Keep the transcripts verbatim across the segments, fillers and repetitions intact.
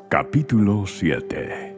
Capítulo siete.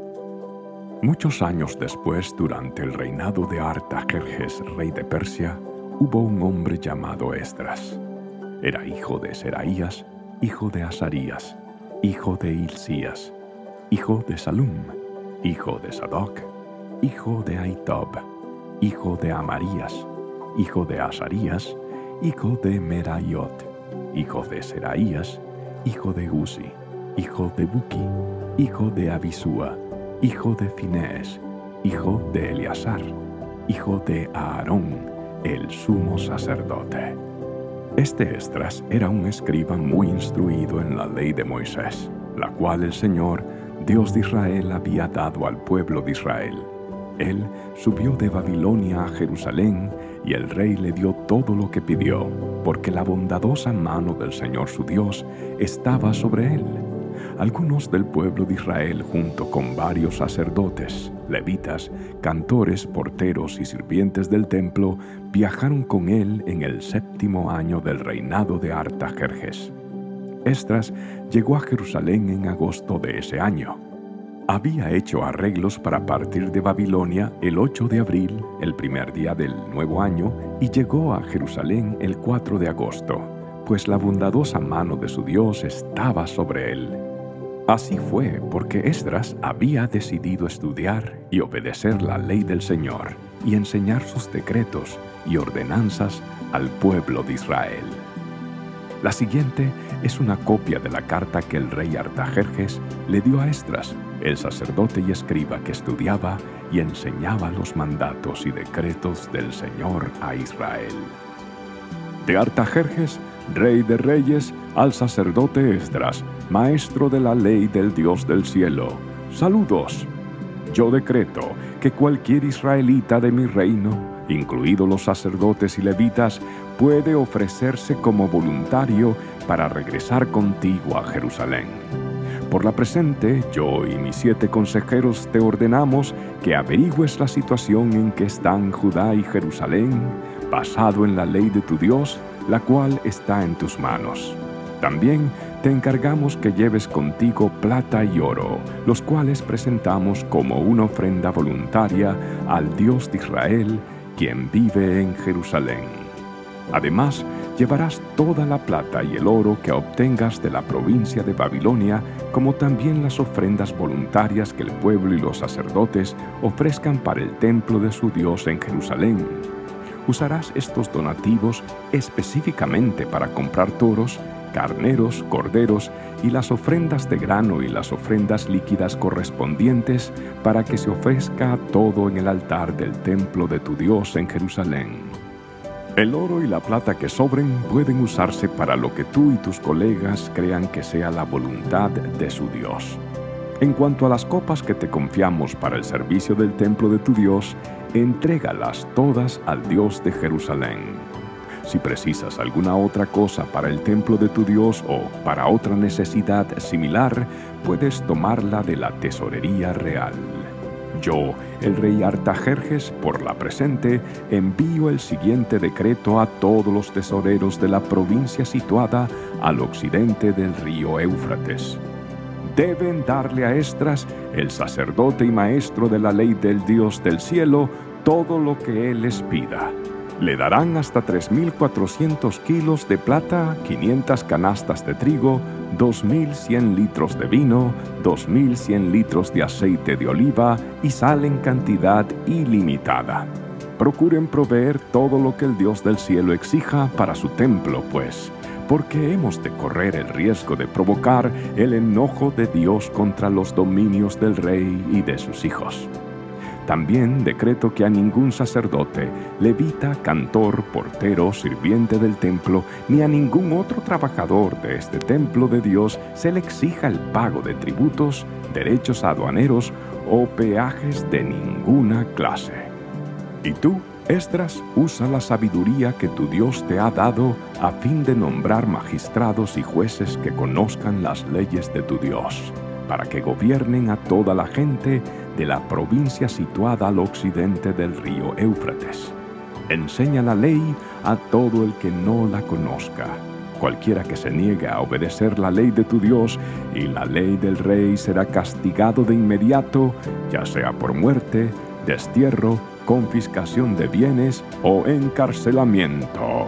Muchos años después, durante el reinado de Artajerjes, rey de Persia, hubo un hombre llamado Esdras. Era hijo de Seraías, hijo de Azarías, hijo de Hilcías, hijo de Salum, hijo de Sadoc, hijo de Ahitob, hijo de Amarías, hijo de Azarías, hijo de Meraiot, hijo de Seraías, hijo de Uzi, hijo de Buki, hijo de Abisúa, hijo de Finees, hijo de Eleazar, hijo de Aarón, el sumo sacerdote. Este Esdras era un escriba muy instruido en la ley de Moisés, la cual el Señor, Dios de Israel, había dado al pueblo de Israel. Él subió de Babilonia a Jerusalén, y el rey le dio todo lo que pidió, porque la bondadosa mano del Señor su Dios estaba sobre él. Algunos del pueblo de Israel, junto con varios sacerdotes, levitas, cantores, porteros y sirvientes del templo, viajaron con él en el séptimo año del reinado de Artajerjes. Esdras llegó a Jerusalén en agosto de ese año. Había hecho arreglos para partir de Babilonia el ocho de abril, el primer día del nuevo año, y llegó a Jerusalén el cuatro de agosto, pues la bondadosa mano de su Dios estaba sobre él. Así fue porque Esdras había decidido estudiar y obedecer la ley del Señor y enseñar sus decretos y ordenanzas al pueblo de Israel. La siguiente es una copia de la carta que el rey Artajerjes le dio a Esdras, el sacerdote y escriba que estudiaba y enseñaba los mandatos y decretos del Señor a Israel. De Artajerjes, rey de reyes, al sacerdote Esdras, maestro de la ley del Dios del cielo. Saludos. Yo decreto que cualquier israelita de mi reino, incluidos los sacerdotes y levitas, puede ofrecerse como voluntario para regresar contigo a Jerusalén. Por la presente, yo y mis siete consejeros te ordenamos que averigües la situación en que están Judá y Jerusalén, basado en la ley de tu Dios, la cual está en tus manos. También te encargamos que lleves contigo plata y oro, los cuales presentamos como una ofrenda voluntaria al Dios de Israel, quien vive en Jerusalén. Además, llevarás toda la plata y el oro que obtengas de la provincia de Babilonia, como también las ofrendas voluntarias que el pueblo y los sacerdotes ofrezcan para el templo de su Dios en Jerusalén. Usarás estos donativos específicamente para comprar toros, carneros, corderos y las ofrendas de grano y las ofrendas líquidas correspondientes para que se ofrezca todo en el altar del templo de tu Dios en Jerusalén. El oro y la plata que sobren pueden usarse para lo que tú y tus colegas crean que sea la voluntad de su Dios. En cuanto a las copas que te confiamos para el servicio del templo de tu Dios, entrégalas todas al Dios de Jerusalén. Si precisas alguna otra cosa para el templo de tu Dios o para otra necesidad similar, puedes tomarla de la tesorería real. Yo, el rey Artajerjes, por la presente, envío el siguiente decreto a todos los tesoreros de la provincia situada al occidente del río Éufrates. Deben darle a Esdras, el sacerdote y maestro de la ley del Dios del cielo, todo lo que él les pida. Le darán hasta tres mil cuatrocientos kilos de plata, quinientas canastas de trigo, dos mil cien litros de vino, dos mil cien litros de aceite de oliva y sal en cantidad ilimitada. Procuren proveer todo lo que el Dios del cielo exija para su templo, pues, porque hemos de correr el riesgo de provocar el enojo de Dios contra los dominios del rey y de sus hijos. También decreto que a ningún sacerdote, levita, cantor, portero, sirviente del templo, ni a ningún otro trabajador de este templo de Dios se le exija el pago de tributos, derechos aduaneros o peajes de ninguna clase. Y tú, Esdras, usa la sabiduría que tu Dios te ha dado a fin de nombrar magistrados y jueces que conozcan las leyes de tu Dios, para que gobiernen a toda la gente de la provincia situada al occidente del río Éufrates. Enseña la ley a todo el que no la conozca. cualquiera que se niegue a obedecer la ley de tu Dios y la ley del rey será castigado de inmediato, ya sea por muerte, destierro, confiscación de bienes o encarcelamiento.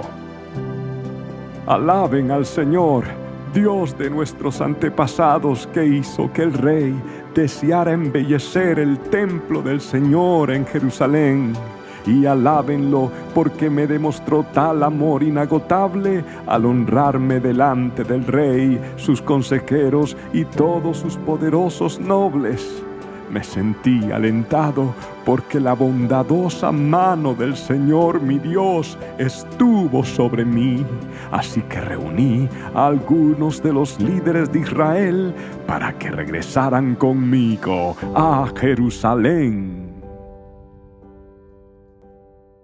Alaben al Señor, Dios de nuestros antepasados, que hizo que el rey deseara embellecer el templo del Señor en Jerusalén. Y alábenlo porque me demostró tal amor inagotable al honrarme delante del rey, sus consejeros y todos sus poderosos nobles. Me sentí alentado porque la bondadosa mano del Señor mi Dios estuvo sobre mí. Así que reuní a algunos de los líderes de Israel para que regresaran conmigo a Jerusalén.